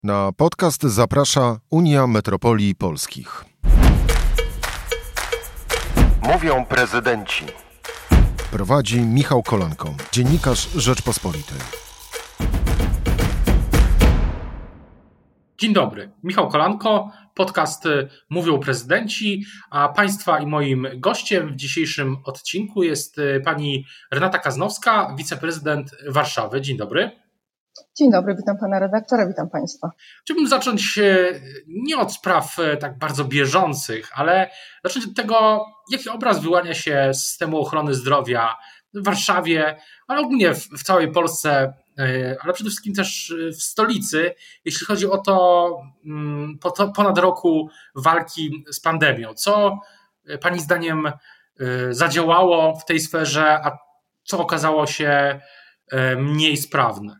Na podcast zaprasza Unia Metropolii Polskich. Mówią prezydenci. Prowadzi Michał Kolanko, dziennikarz Rzeczpospolitej. Dzień dobry, Michał Kolanko, podcast Mówią prezydenci, a Państwa i moim gościem w dzisiejszym odcinku jest pani Renata Kaznowska, wiceprezydent Warszawy. Dzień dobry. Dzień dobry, witam pana redaktora, witam państwa. Chciałbym zacząć nie od spraw tak bardzo bieżących, ale zacząć od tego, jaki obraz wyłania się z systemu ochrony zdrowia w Warszawie, ale ogólnie w całej Polsce, ale przede wszystkim też w stolicy, jeśli chodzi o to ponad roku walki z pandemią. Co pani zdaniem zadziałało w tej sferze, a co okazało się mniej sprawne?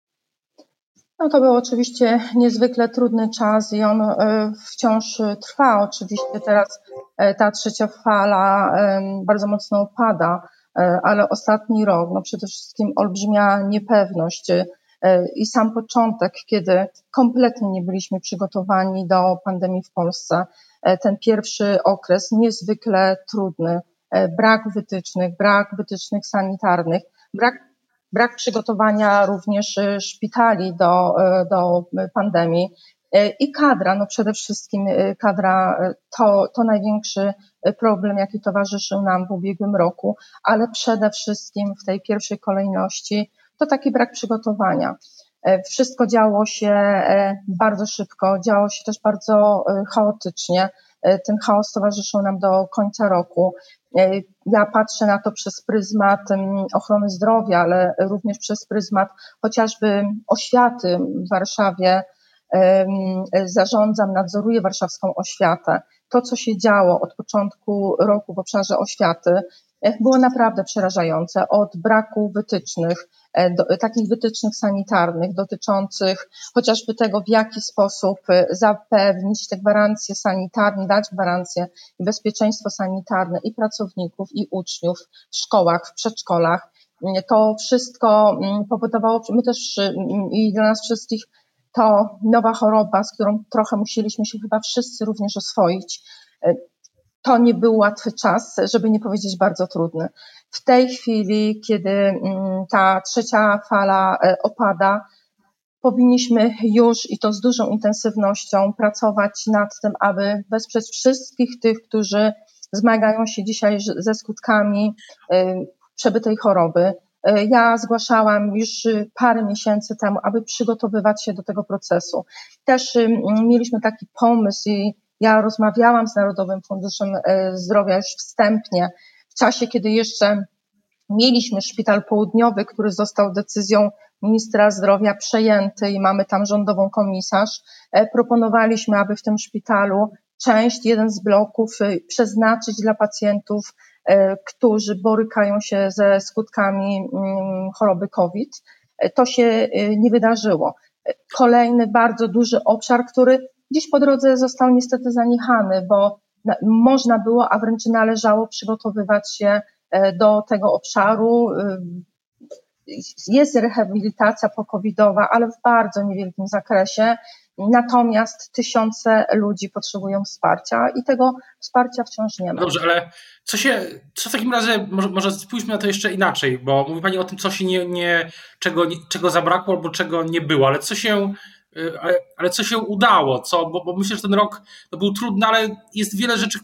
No to był oczywiście niezwykle trudny czas i on wciąż trwa. Oczywiście teraz ta trzecia fala bardzo mocno opada, ale ostatni rok, no przede wszystkim olbrzymia niepewność i sam początek, kiedy kompletnie nie byliśmy przygotowani do pandemii w Polsce. Ten pierwszy okres niezwykle trudny, brak wytycznych sanitarnych, brak przygotowania również szpitali do pandemii i kadra, no przede wszystkim kadra to największy problem, jaki towarzyszył nam w ubiegłym roku, ale przede wszystkim w tej pierwszej kolejności to taki brak przygotowania. Wszystko działo się bardzo szybko, działo się też bardzo chaotycznie. Ten chaos towarzyszył nam do końca roku. Ja patrzę na to przez pryzmat ochrony zdrowia, ale również przez pryzmat chociażby oświaty w Warszawie. Zarządzam, nadzoruję warszawską oświatę. To, co się działo od początku roku w obszarze oświaty, było naprawdę przerażające. Od braku wytycznych, takich wytycznych sanitarnych dotyczących chociażby tego, w jaki sposób zapewnić te gwarancje sanitarne, dać gwarancje i bezpieczeństwo sanitarne i pracowników, i uczniów w szkołach, w przedszkolach. To wszystko powodowało, my też i dla nas wszystkich to nowa choroba, z którą trochę musieliśmy się chyba wszyscy również oswoić. To nie był łatwy czas, żeby nie powiedzieć bardzo trudny. W tej chwili, kiedy ta trzecia fala opada, powinniśmy już, i to z dużą intensywnością, pracować nad tym, aby wesprzeć wszystkich tych, którzy zmagają się dzisiaj ze skutkami przebytej choroby. Ja zgłaszałam już parę miesięcy temu, aby przygotowywać się do tego procesu. Też mieliśmy taki pomysł i ja rozmawiałam z Narodowym Funduszem Zdrowia już wstępnie, w czasie, kiedy jeszcze mieliśmy szpital południowy, który został decyzją ministra zdrowia przejęty i mamy tam rządową komisarz. Proponowaliśmy, aby w tym szpitalu jeden z bloków przeznaczyć dla pacjentów, którzy borykają się ze skutkami choroby COVID. To się nie wydarzyło. Kolejny bardzo duży obszar, który gdzieś po drodze został niestety zaniechany, bo można było, a wręcz należało przygotowywać się do tego obszaru. Jest rehabilitacja pokowidowa, ale w bardzo niewielkim zakresie. Natomiast tysiące ludzi potrzebują wsparcia i tego wsparcia wciąż nie ma. Dobrze, ale co w takim razie, może spójrzmy na to jeszcze inaczej, bo mówi pani o tym, co się czego zabrakło albo czego nie było, ale co się udało, bo myślę, że ten rok to był trudny, ale jest wiele rzeczy,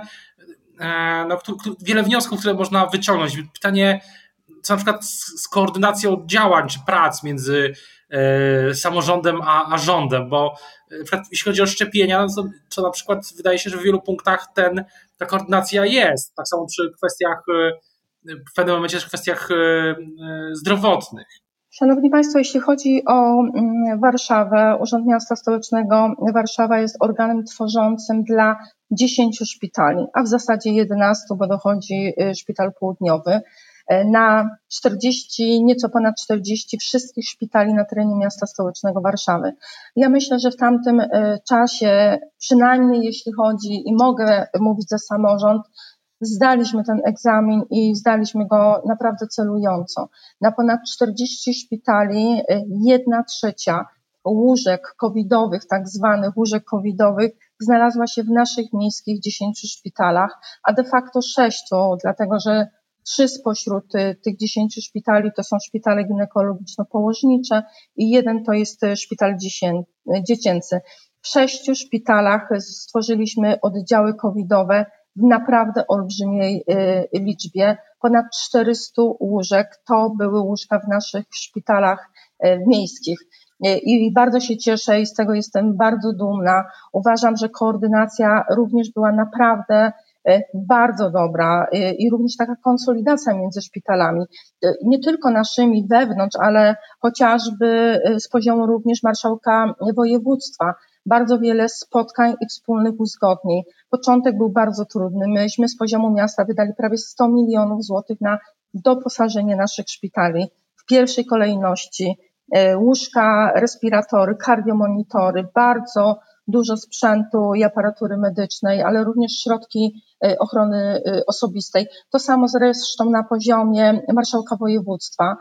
wiele wniosków, które można wyciągnąć. Pytanie, co na przykład z koordynacją działań czy prac między samorządem a rządem, bo na przykład jeśli chodzi o szczepienia, to na przykład wydaje się, że w wielu punktach ta koordynacja jest. Tak samo w pewnym momencie w kwestiach zdrowotnych. Szanowni Państwo, jeśli chodzi o Warszawę, Urząd Miasta Stołecznego Warszawa jest organem tworzącym dla 10 szpitali, a w zasadzie 11, bo dochodzi szpital południowy. Na 40, nieco ponad 40 wszystkich szpitali na terenie miasta stołecznego Warszawy. Ja myślę, że w tamtym czasie, przynajmniej jeśli chodzi, i mogę mówić za samorząd, zdaliśmy ten egzamin i zdaliśmy go naprawdę celująco. Na ponad 40 szpitali 1/3 łóżek covidowych, tak zwanych łóżek covidowych, znalazła się w naszych miejskich 10 szpitalach, a de facto 6, dlatego że 3 spośród tych 10 szpitali to są szpitale ginekologiczno-położnicze i 1 to jest szpital dziecięcy. W 6 szpitalach stworzyliśmy oddziały covidowe w naprawdę olbrzymiej liczbie. Ponad 400 łóżek to były łóżka w naszych szpitalach miejskich. I bardzo się cieszę i z tego jestem bardzo dumna. Uważam, że koordynacja również była naprawdę bardzo dobra i również taka konsolidacja między szpitalami, nie tylko naszymi wewnątrz, ale chociażby z poziomu również marszałka województwa. Bardzo wiele spotkań i wspólnych uzgodnień. Początek był bardzo trudny. Myśmy z poziomu miasta wydali prawie 100 milionów złotych na doposażenie naszych szpitali. W pierwszej kolejności łóżka, respiratory, kardiomonitory, bardzo dużo sprzętu i aparatury medycznej, ale również środki ochrony osobistej. To samo zresztą na poziomie marszałka województwa.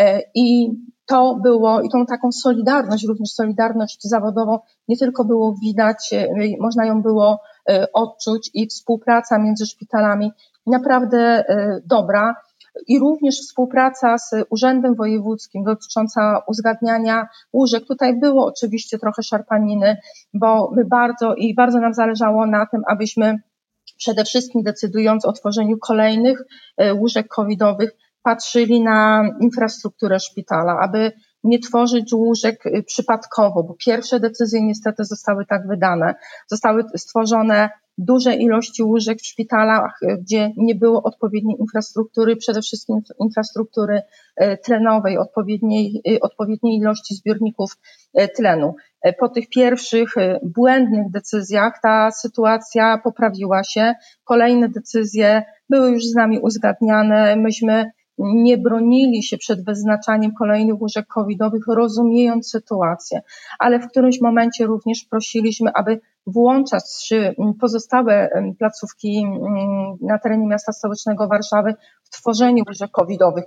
I to było, i tą taką solidarność, również solidarność zawodową nie tylko było widać, można ją było odczuć i współpraca między szpitalami naprawdę dobra. I również współpraca z Urzędem Wojewódzkim dotycząca uzgadniania łóżek. Tutaj było oczywiście trochę szarpaniny, bo my bardzo nam zależało na tym, abyśmy przede wszystkim decydując o tworzeniu kolejnych łóżek covidowych, patrzyli na infrastrukturę szpitala, aby nie tworzyć łóżek przypadkowo, bo pierwsze decyzje niestety zostały tak wydane. Zostały stworzone duże ilości łóżek w szpitalach, gdzie nie było odpowiedniej infrastruktury, przede wszystkim infrastruktury tlenowej, odpowiedniej ilości zbiorników tlenu. Po tych pierwszych błędnych decyzjach ta sytuacja poprawiła się. Kolejne decyzje były już z nami uzgadniane. Myśmy nie bronili się przed wyznaczaniem kolejnych łóżek covidowych, rozumiejąc sytuację, ale w którymś momencie również prosiliśmy, aby włączać pozostałe placówki na terenie miasta stołecznego Warszawy w tworzeniu łóżek covidowych.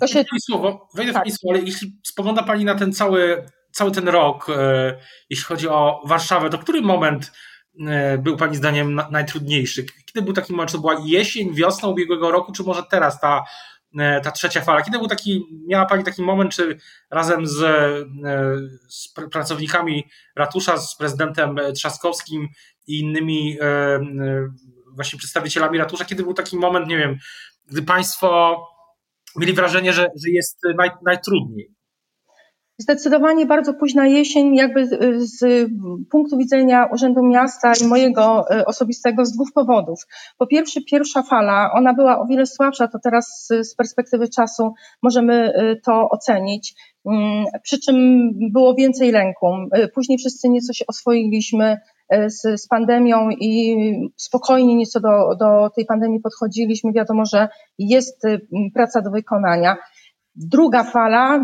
Wejdę w Pani słowo, ale jeśli spogląda Pani na ten cały ten rok, jeśli chodzi o Warszawę, to który moment był Pani zdaniem najtrudniejszy? Kiedy był taki moment, czy to była jesień, wiosna ubiegłego roku, czy może teraz ta trzecia fala? Kiedy miała Pani taki moment, czy razem z pracownikami ratusza, z prezydentem Trzaskowskim i innymi właśnie przedstawicielami ratusza, kiedy był taki moment, nie wiem, gdy Państwo mieli wrażenie, że jest najtrudniej? Zdecydowanie bardzo późna jesień, jakby z punktu widzenia Urzędu Miasta i mojego osobistego z 2 powodów. Po pierwsze, pierwsza fala, ona była o wiele słabsza, to teraz z perspektywy czasu możemy to ocenić, przy czym było więcej lęku. Później wszyscy nieco się oswoiliśmy z pandemią i spokojnie nieco do tej pandemii podchodziliśmy. Wiadomo, że jest praca do wykonania. Druga fala,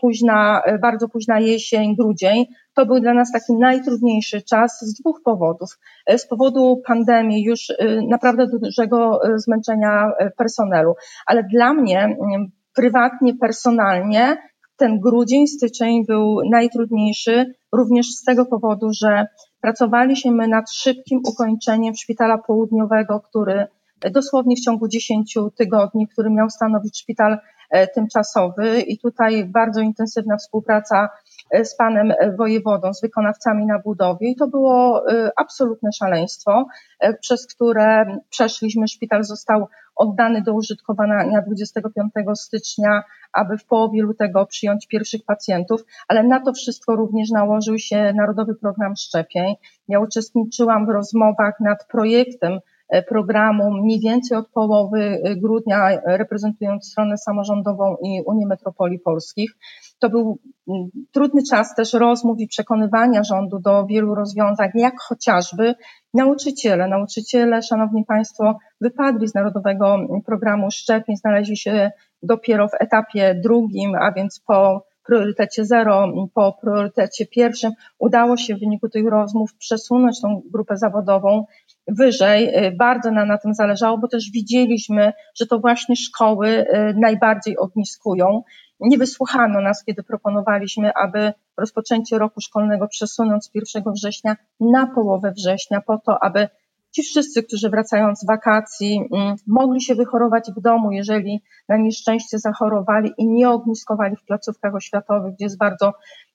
bardzo późna jesień, grudzień, to był dla nas taki najtrudniejszy czas z 2 powodów. Z powodu pandemii, już naprawdę dużego zmęczenia personelu, ale dla mnie prywatnie, personalnie ten grudzień, styczeń był najtrudniejszy, również z tego powodu, że pracowaliśmy nad szybkim ukończeniem szpitala południowego, który dosłownie w ciągu 10 tygodni, który miał stanowić szpital tymczasowy i tutaj bardzo intensywna współpraca z panem wojewodą, z wykonawcami na budowie i to było absolutne szaleństwo, przez które przeszliśmy. Szpital został oddany do użytkowania 25 stycznia, aby w połowie lutego przyjąć pierwszych pacjentów, ale na to wszystko również nałożył się Narodowy Program Szczepień. Ja uczestniczyłam w rozmowach nad projektem programu mniej więcej od połowy grudnia, reprezentując stronę samorządową i Unię Metropolii Polskich. To był trudny czas też rozmów i przekonywania rządu do wielu rozwiązań, jak chociażby nauczyciele, szanowni państwo, wypadli z Narodowego Programu Szczepień, znaleźli się dopiero w etapie drugim, a więc po priorytecie 0, po priorytecie 1 udało się w wyniku tych rozmów przesunąć tą grupę zawodową wyżej. Bardzo nam na tym zależało, bo też widzieliśmy, że to właśnie szkoły najbardziej ogniskują Nie wysłuchano nas, kiedy proponowaliśmy, aby rozpoczęcie roku szkolnego przesunąć z 1 września na połowę września, po to, aby ci wszyscy, którzy wracają z wakacji, mogli się wychorować w domu, jeżeli na nieszczęście zachorowali i nie ogniskowali w placówkach oświatowych, gdzie jest bardzo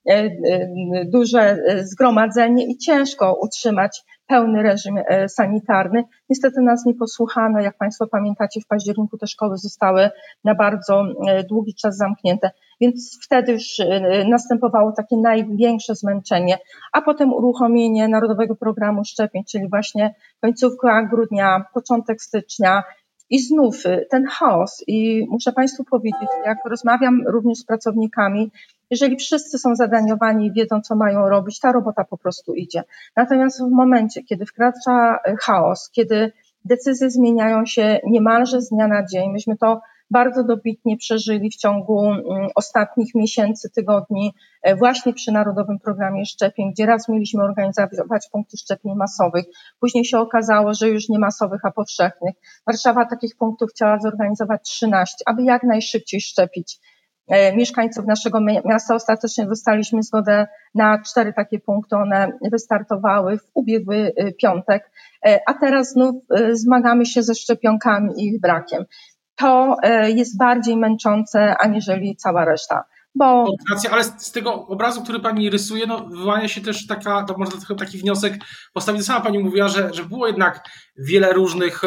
duże zgromadzenie i ciężko utrzymać pełny reżim sanitarny. Niestety nas nie posłuchano. Jak Państwo pamiętacie, w październiku te szkoły zostały na bardzo długi czas zamknięte, więc wtedy już następowało takie największe zmęczenie, a potem uruchomienie Narodowego Programu Szczepień, czyli właśnie końcówka grudnia, początek stycznia i znów ten chaos. I muszę Państwu powiedzieć, jak rozmawiam również z pracownikami, jeżeli wszyscy są zadaniowani i wiedzą, co mają robić, ta robota po prostu idzie. Natomiast w momencie, kiedy wkracza chaos, kiedy decyzje zmieniają się niemalże z dnia na dzień, myśmy to bardzo dobitnie przeżyli w ciągu ostatnich miesięcy, tygodni, właśnie przy Narodowym Programie Szczepień, gdzie raz mieliśmy organizować punkty szczepień masowych, później się okazało, że już nie masowych, a powszechnych. Warszawa takich punktów chciała zorganizować 13, aby jak najszybciej szczepić mieszkańców naszego miasta. Ostatecznie dostaliśmy zgodę na 4 takie punkty. One wystartowały w ubiegły piątek, a teraz znów zmagamy się ze szczepionkami i ich brakiem. To jest bardziej męczące aniżeli cała reszta. Ale z tego obrazu, który Pani rysuje, wyłania się też to można trochę taki wniosek postawić. Sama Pani mówiła, że było jednak wiele różnych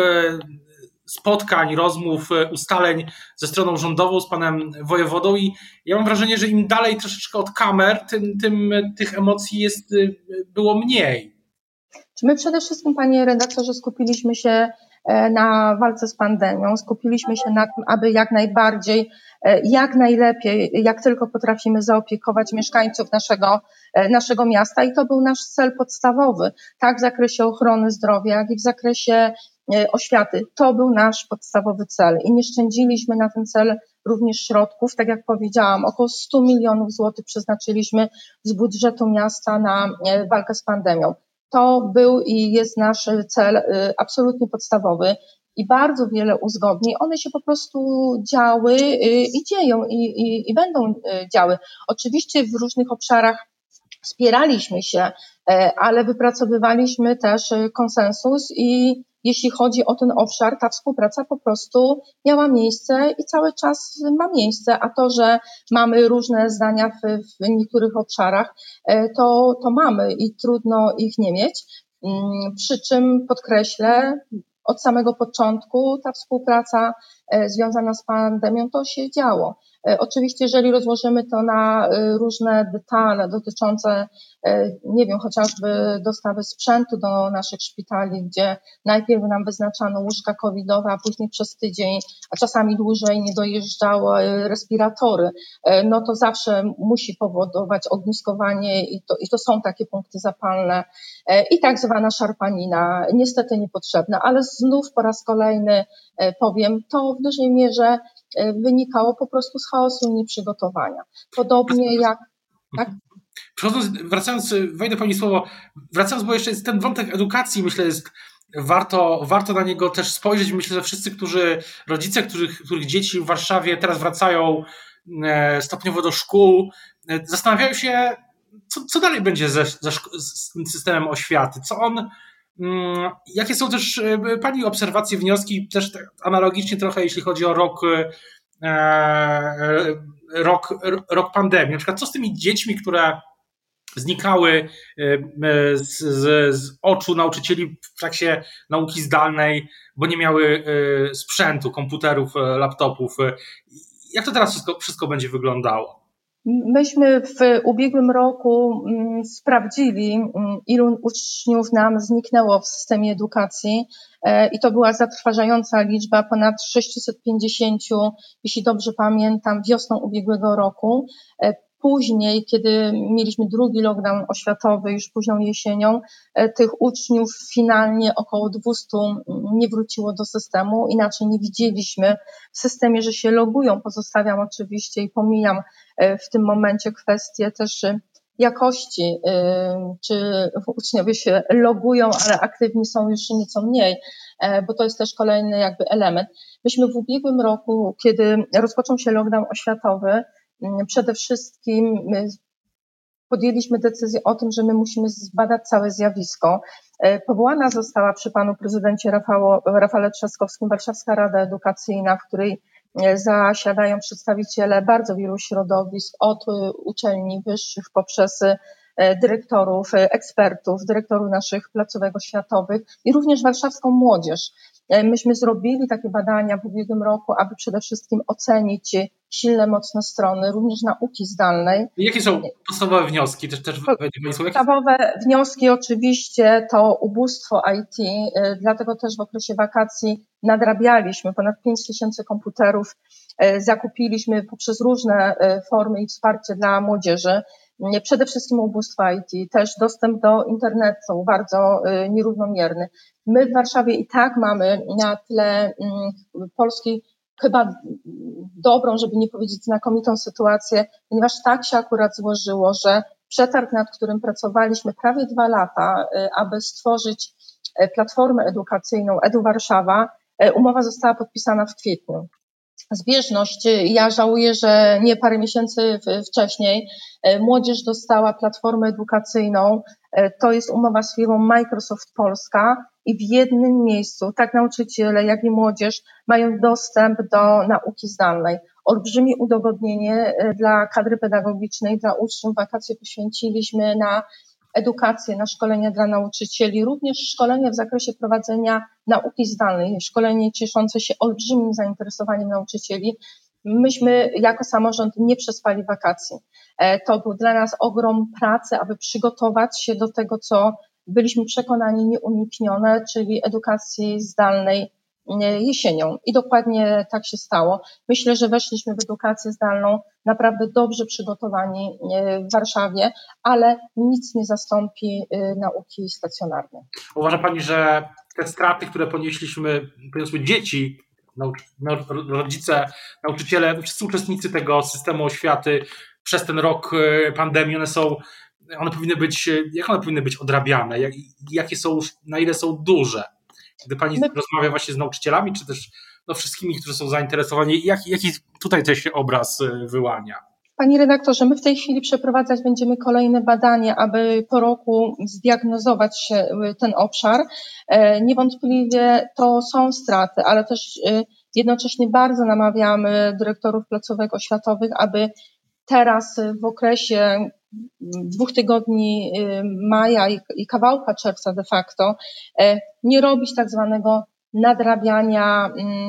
spotkań, rozmów, ustaleń ze stroną rządową, z panem wojewodą i ja mam wrażenie, że im dalej troszeczkę od kamer, tym tych emocji było mniej. My przede wszystkim, panie redaktorze, skupiliśmy się na walce z pandemią, skupiliśmy się na tym, aby jak najbardziej, jak najlepiej, jak tylko potrafimy zaopiekować mieszkańców naszego miasta i to był nasz cel podstawowy, tak w zakresie ochrony zdrowia, jak i w zakresie oświaty. To był nasz podstawowy cel i nie szczędziliśmy na ten cel również środków. Tak jak powiedziałam, około 100 milionów złotych przeznaczyliśmy z budżetu miasta na walkę z pandemią. To był i jest nasz cel absolutnie podstawowy i bardzo wiele uzgodnień. One się po prostu działy i dzieją i będą działy. Oczywiście w różnych obszarach wspieraliśmy się, ale wypracowywaliśmy też konsensus i jeśli chodzi o ten obszar, ta współpraca po prostu miała miejsce i cały czas ma miejsce, a to, że mamy różne zdania w niektórych obszarach, to mamy i trudno ich nie mieć. Przy czym podkreślę, od samego początku ta współpraca związana z pandemią to się działo. Oczywiście, jeżeli rozłożymy to na różne detale dotyczące, nie wiem, chociażby dostawy sprzętu do naszych szpitali, gdzie najpierw nam wyznaczano łóżka covidowe, a później przez tydzień, a czasami dłużej nie dojeżdżały respiratory, no to zawsze musi powodować ogniskowanie i to są takie punkty zapalne i tak zwana szarpanina, niestety niepotrzebna, ale znów po raz kolejny powiem, to w dużej mierze wynikało po prostu z chaosu i nieprzygotowania. Podobnie jak... Tak? Wejdę Pani słowo, bo jeszcze jest ten wątek edukacji, myślę, jest warto na niego też spojrzeć. Myślę, że wszyscy, rodzice, których dzieci w Warszawie teraz wracają stopniowo do szkół, zastanawiają się, co dalej będzie z tym systemem oświaty, jakie są też Pani obserwacje, wnioski, też analogicznie trochę, jeśli chodzi o rok pandemii. Na przykład co z tymi dziećmi, które znikały z oczu nauczycieli w trakcie nauki zdalnej, bo nie miały sprzętu, komputerów, laptopów. Jak to teraz wszystko będzie wyglądało? Myśmy w ubiegłym roku sprawdzili, ilu uczniów nam zniknęło w systemie edukacji i to była zatrważająca liczba, ponad 650, jeśli dobrze pamiętam, wiosną ubiegłego roku. Później, kiedy mieliśmy drugi lockdown oświatowy, już późną jesienią, tych uczniów finalnie około 200 nie wróciło do systemu. Inaczej nie widzieliśmy w systemie, że się logują. Pozostawiam oczywiście i pomijam w tym momencie kwestię też jakości, czy uczniowie się logują, ale aktywni są już nieco mniej, bo to jest też kolejny jakby element. Myśmy w ubiegłym roku, kiedy rozpoczął się lockdown oświatowy, Przede wszystkim podjęliśmy decyzję o tym, że my musimy zbadać całe zjawisko. Powołana została przy panu prezydencie Rafale Trzaskowskim Warszawska Rada Edukacyjna, w której zasiadają przedstawiciele bardzo wielu środowisk, od uczelni wyższych poprzez dyrektorów, ekspertów, dyrektorów naszych placówek oświatowych i również warszawską młodzież. Myśmy zrobili takie badania w ubiegłym roku, aby przede wszystkim ocenić silne, mocne strony również nauki zdalnej. Jakie są podstawowe wnioski? Podstawowe wnioski oczywiście to ubóstwo IT, dlatego też w okresie wakacji nadrabialiśmy ponad 5000 komputerów, zakupiliśmy poprzez różne formy i wsparcie dla młodzieży. Przede wszystkim ubóstwo IT, też dostęp do internetu bardzo nierównomierny. My w Warszawie i tak mamy na tle polskiej chyba dobrą, żeby nie powiedzieć znakomitą sytuację, ponieważ tak się akurat złożyło, że przetarg, nad którym pracowaliśmy prawie 2 lata, aby stworzyć platformę edukacyjną Edu Warszawa, umowa została podpisana w kwietniu. Zbieżność, ja żałuję, że nie parę miesięcy wcześniej młodzież dostała platformę edukacyjną, to jest umowa z firmą Microsoft Polska i w jednym miejscu tak nauczyciele, jak i młodzież mają dostęp do nauki zdalnej. Olbrzymie udogodnienie dla kadry pedagogicznej, dla uczniów. Wakacje poświęciliśmy na edukację, na szkolenia dla nauczycieli, również szkolenie w zakresie prowadzenia nauki zdalnej, szkolenie cieszące się olbrzymim zainteresowaniem nauczycieli. Myśmy jako samorząd nie przespali wakacji. To był dla nas ogrom pracy, aby przygotować się do tego, co byliśmy przekonani nieuniknione, czyli edukacji zdalnej jesienią. I dokładnie tak się stało. Myślę, że weszliśmy w edukację zdalną naprawdę dobrze przygotowani w Warszawie, ale nic nie zastąpi nauki stacjonarnej. Uważa Pani, że te straty, które poniosły dzieci, rodzice, nauczyciele, wszyscy uczestnicy tego systemu oświaty przez ten rok pandemii, one powinny być odrabiane? Jakie są, na ile są duże? Gdy Pani rozmawia właśnie z nauczycielami, czy też wszystkimi, którzy są zainteresowani, jaki tutaj też się obraz wyłania? Panie redaktorze, my w tej chwili przeprowadzać będziemy kolejne badania, aby po roku zdiagnozować ten obszar. Niewątpliwie to są straty, ale też jednocześnie bardzo namawiamy dyrektorów placówek oświatowych, aby teraz w okresie 2 tygodni maja i kawałka czerwca de facto nie robić tak zwanego nadrabiania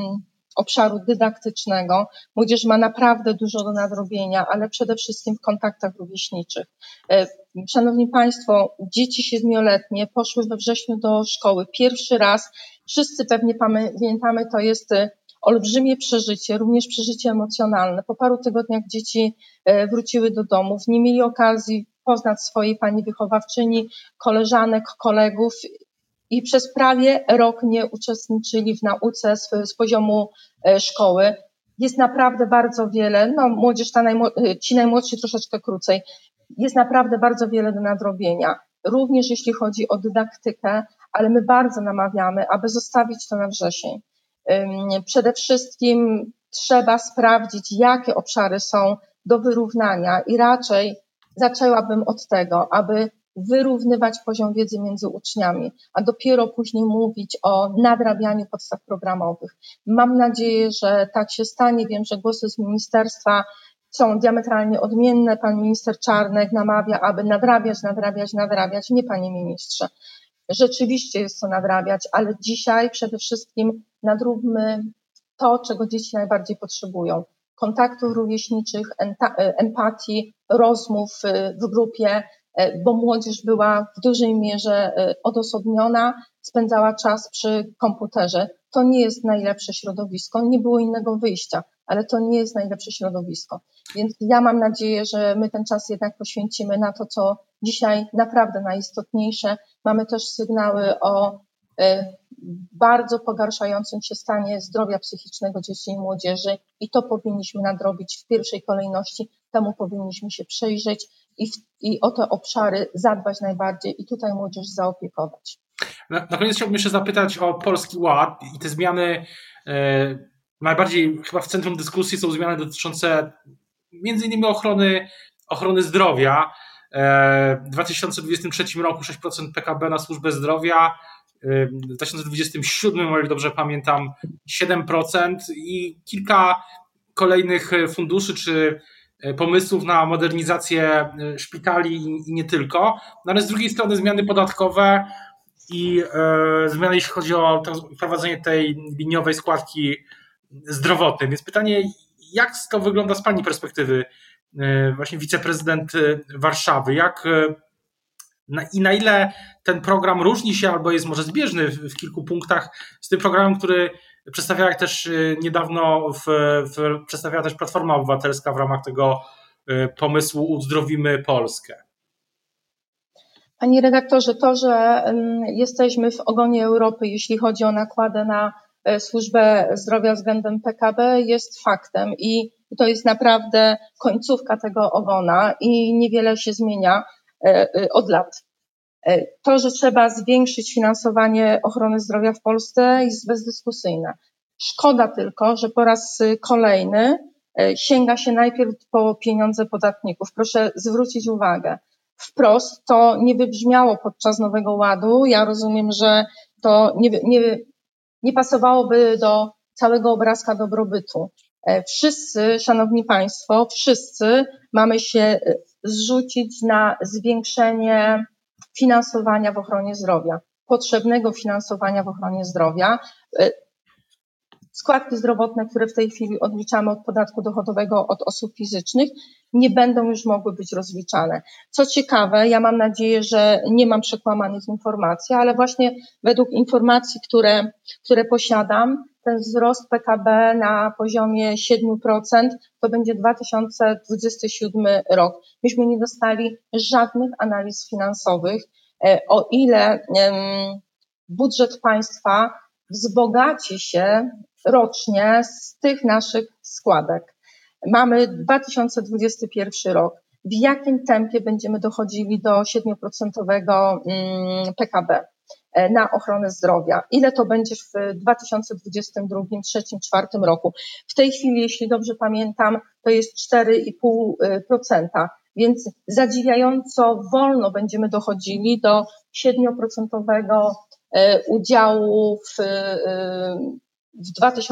obszaru dydaktycznego. Młodzież ma naprawdę dużo do nadrobienia, ale przede wszystkim w kontaktach rówieśniczych. Szanowni Państwo, dzieci 7-letnie poszły we wrześniu do szkoły. Pierwszy raz, wszyscy pewnie pamiętamy, to jest olbrzymie przeżycie, również przeżycie emocjonalne. Po paru tygodniach dzieci wróciły do domów, nie mieli okazji poznać swojej pani wychowawczyni, koleżanek, kolegów i przez prawie rok nie uczestniczyli w nauce z poziomu szkoły. Jest naprawdę bardzo wiele, młodzież ci najmłodsi troszeczkę krócej, jest naprawdę bardzo wiele do nadrobienia, również jeśli chodzi o dydaktykę, ale my bardzo namawiamy, aby zostawić to na wrzesień. Przede wszystkim trzeba sprawdzić, jakie obszary są do wyrównania i raczej zaczęłabym od tego, aby wyrównywać poziom wiedzy między uczniami, a dopiero później mówić o nadrabianiu podstaw programowych. Mam nadzieję, że tak się stanie. Wiem, że głosy z ministerstwa są diametralnie odmienne. Pan minister Czarnek namawia, aby nadrabiać. Nie, panie ministrze. Rzeczywiście jest co nadrabiać, ale dzisiaj przede wszystkim nadróbmy to, czego dzieci najbardziej potrzebują. Kontaktów rówieśniczych, empatii, rozmów w grupie, bo młodzież była w dużej mierze odosobniona, spędzała czas przy komputerze. To nie jest najlepsze środowisko, nie było innego wyjścia, ale to nie jest najlepsze środowisko. Więc ja mam nadzieję, że my ten czas jednak poświęcimy na to, co dzisiaj naprawdę najistotniejsze. Mamy też sygnały o bardzo pogarszającym się stanie zdrowia psychicznego dzieci i młodzieży i to powinniśmy nadrobić w pierwszej kolejności, temu powinniśmy się przyjrzeć i o te obszary zadbać najbardziej i tutaj młodzież zaopiekować. Na koniec chciałbym jeszcze zapytać o Polski Ład i te zmiany, najbardziej chyba w centrum dyskusji są zmiany dotyczące między innymi ochrony zdrowia. W 2023 roku 6% PKB na służbę zdrowia, w 2027, o ile dobrze pamiętam, 7% i kilka kolejnych funduszy czy pomysłów na modernizację szpitali i nie tylko. No ale z drugiej strony zmiany podatkowe i zmiany, jeśli chodzi o wprowadzenie tej liniowej składki zdrowotnej. Więc pytanie, jak to wygląda z Pani perspektywy, właśnie wiceprezydent Warszawy? Na ile ten program różni się albo jest może zbieżny w kilku punktach z tym programem, który przedstawiała też niedawno przedstawiała też Platforma Obywatelska w ramach tego pomysłu Uzdrowimy Polskę? Panie redaktorze, to, że jesteśmy w ogonie Europy, jeśli chodzi o nakłady na służbę zdrowia względem PKB, jest faktem i to jest naprawdę końcówka tego ogona i niewiele się zmienia od lat. To, że trzeba zwiększyć finansowanie ochrony zdrowia w Polsce, jest bezdyskusyjne. Szkoda tylko, że po raz kolejny sięga się najpierw po pieniądze podatników. Proszę zwrócić uwagę. Wprost to nie wybrzmiało podczas Nowego Ładu. Ja rozumiem, że to nie pasowałoby do całego obrazka dobrobytu. Wszyscy, szanowni państwo, wszyscy mamy się zrzucić na zwiększenie finansowania w ochronie zdrowia, potrzebnego finansowania w ochronie zdrowia. Składki zdrowotne, które w tej chwili odliczamy od podatku dochodowego od osób fizycznych, nie będą już mogły być rozliczane. Co ciekawe, ja mam nadzieję, że nie mam przekłamanych informacji, ale właśnie według informacji, które posiadam, ten wzrost PKB na poziomie 7% to będzie 2027 rok. Myśmy nie dostali żadnych analiz finansowych, o ile budżet państwa wzbogaci się rocznie z tych naszych składek. Mamy 2021 rok. W jakim tempie będziemy dochodzili do 7% PKB na ochronę zdrowia? Ile to będzie w 2022, 2023, 2024 roku? W tej chwili, jeśli dobrze pamiętam, to jest 4,5%, więc zadziwiająco wolno będziemy dochodzili do 7% udziału w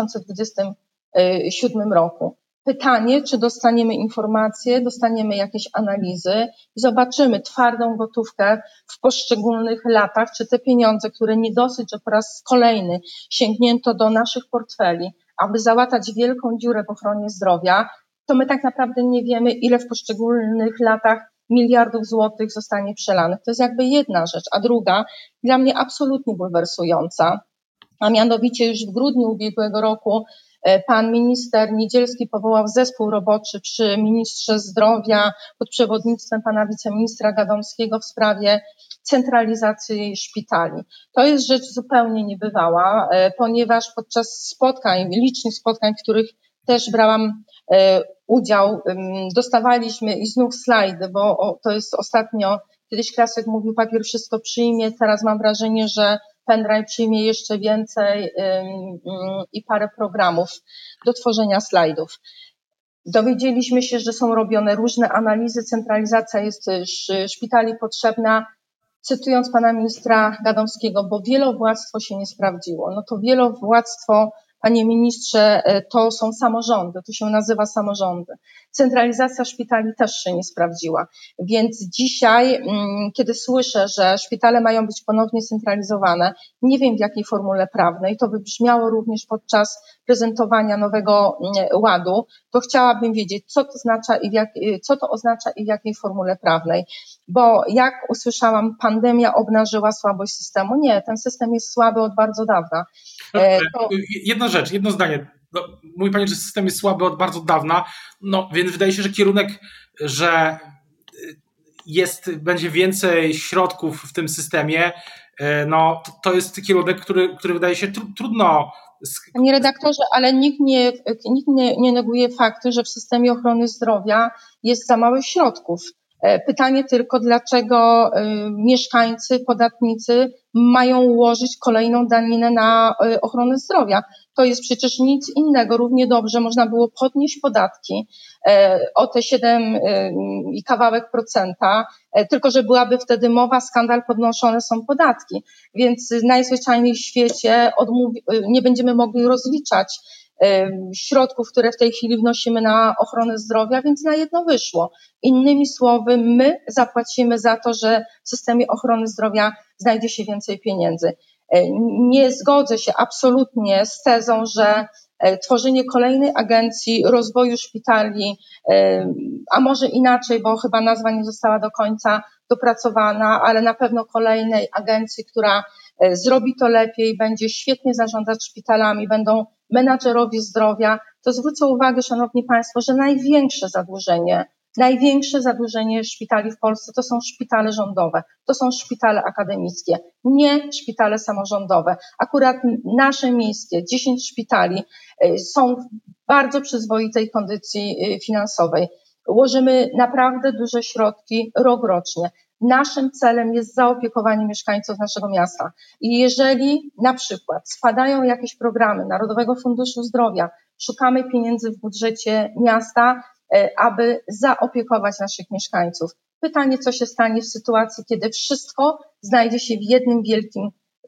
2027 roku. Pytanie, czy dostaniemy informacje, dostaniemy jakieś analizy i zobaczymy twardą gotówkę w poszczególnych latach, czy te pieniądze, które nie dosyć, że po raz kolejny sięgnięto do naszych portfeli, aby załatać wielką dziurę w ochronie zdrowia, to my tak naprawdę nie wiemy, ile w poszczególnych latach miliardów złotych zostanie przelanych. To jest jakby jedna rzecz, a druga, dla mnie absolutnie bulwersująca, a mianowicie już w grudniu ubiegłego roku pan minister Niedzielski powołał zespół roboczy przy ministrze zdrowia pod przewodnictwem pana wiceministra Gadomskiego w sprawie centralizacji szpitali. To jest rzecz zupełnie niebywała, ponieważ podczas licznych spotkań, w których też brałam udział, dostawaliśmy i znów slajdy, bo to jest ostatnio, kiedyś klasyk mówił, papier wszystko przyjmie, teraz mam wrażenie, że pendrive przyjmie jeszcze więcej i parę programów do tworzenia slajdów. Dowiedzieliśmy się, że są robione różne analizy, centralizacja jest szpitali potrzebna. Cytując pana ministra Gadomskiego, bo wielowładztwo się nie sprawdziło. No to wielowładztwo, panie ministrze, to są samorządy, to się nazywa samorządy. Centralizacja szpitali też się nie sprawdziła. Więc dzisiaj, kiedy słyszę, że szpitale mają być ponownie centralizowane, nie wiem w jakiej formule prawnej, to wybrzmiało również podczas prezentowania nowego ładu, to chciałabym wiedzieć, co to oznacza i w jakiej formule prawnej. Bo jak usłyszałam, pandemia obnażyła słabość systemu. Nie, ten system jest słaby od bardzo dawna. Jedno zdanie. No, mówi pani, że system jest słaby od bardzo dawna, no więc wydaje się, że kierunek, że będzie więcej środków w tym systemie, no to jest kierunek, który wydaje się trudno. Panie redaktorze, ale nikt nie neguje faktu, że w systemie ochrony zdrowia jest za mało środków. Pytanie tylko, dlaczego mieszkańcy, podatnicy mają łożyć kolejną daninę na ochronę zdrowia. To jest przecież nic innego. Równie dobrze można było podnieść podatki o te 7 i kawałek procenta, tylko że byłaby wtedy mowa, skandal, podnoszone są podatki. Więc najzwyczajniej w świecie nie będziemy mogli rozliczać środków, które w tej chwili wnosimy na ochronę zdrowia, więc na jedno wyszło. Innymi słowy, my zapłacimy za to, że w systemie ochrony zdrowia znajdzie się więcej pieniędzy. Nie zgodzę się absolutnie z tezą, że tworzenie kolejnej agencji rozwoju szpitali, a może inaczej, bo chyba nazwa nie została do końca dopracowana, ale na pewno kolejnej agencji, która zrobi to lepiej, będzie świetnie zarządzać szpitalami, będą menadżerowie zdrowia, to zwrócę uwagę, szanowni państwo, że największe zadłużenie szpitali w Polsce to są szpitale rządowe, to są szpitale akademickie, nie szpitale samorządowe. Akurat nasze miejskie, 10 szpitali są w bardzo przyzwoitej kondycji finansowej. Łożymy naprawdę duże środki rokrocznie. Naszym celem jest zaopiekowanie mieszkańców naszego miasta. I jeżeli na przykład spadają jakieś programy Narodowego Funduszu Zdrowia, szukamy pieniędzy w budżecie miasta, aby zaopiekować naszych mieszkańców. Pytanie, co się stanie w sytuacji, kiedy wszystko znajdzie się w jednym wielkim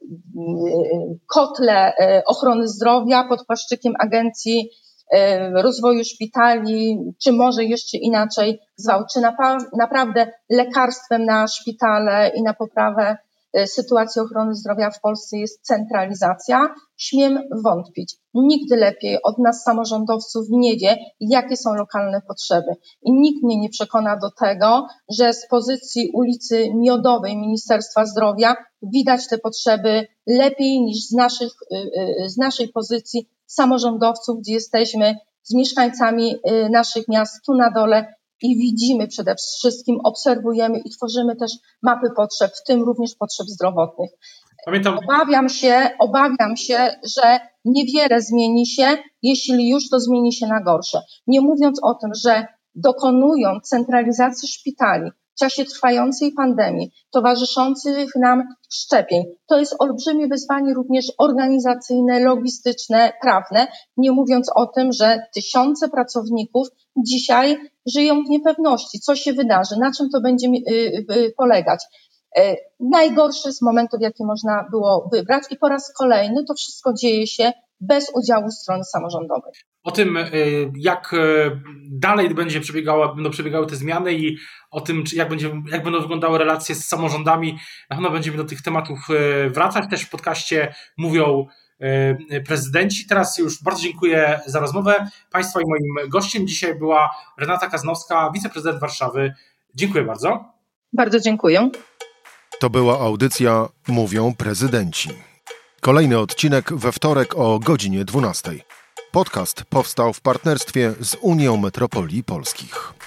kotle ochrony zdrowia pod płaszczykiem Agencji Rozwoju Szpitali, czy może jeszcze inaczej zwał, czy naprawdę lekarstwem na szpitale i na poprawę sytuacji ochrony zdrowia w Polsce jest centralizacja? Śmiem wątpić. Nigdy lepiej od nas samorządowców nie wie, jakie są lokalne potrzeby. I nikt mnie nie przekona do tego, że z pozycji ulicy Miodowej Ministerstwa Zdrowia widać te potrzeby lepiej niż z naszej pozycji samorządowców, gdzie jesteśmy z mieszkańcami naszych miast tu na dole i widzimy przede wszystkim, obserwujemy i tworzymy też mapy potrzeb, w tym również potrzeb zdrowotnych. Pamiętam. Obawiam się, że niewiele zmieni się, jeśli już to zmieni się na gorsze. Nie mówiąc o tym, że dokonując centralizacji szpitali w czasie trwającej pandemii, towarzyszących nam szczepień, to jest olbrzymie wyzwanie również organizacyjne, logistyczne, prawne, nie mówiąc o tym, że tysiące pracowników dzisiaj żyją w niepewności, co się wydarzy, na czym to będzie polegać. Najgorszy z momentów, jakie można było wybrać i po raz kolejny to wszystko dzieje się bez udziału strony samorządowej. O tym, jak dalej będą przebiegały te zmiany i o tym, jak będą wyglądały relacje z samorządami, na pewno będziemy do tych tematów wracać. Też w podcaście mówią prezydenci. Teraz już bardzo dziękuję za rozmowę Państwa i moim gościem dzisiaj była Renata Kaznowska, wiceprezydent Warszawy. Dziękuję bardzo. Bardzo dziękuję. To była audycja Mówią Prezydenci. Kolejny odcinek we wtorek o godzinie 12:00. Podcast powstał w partnerstwie z Unią Metropolii Polskich.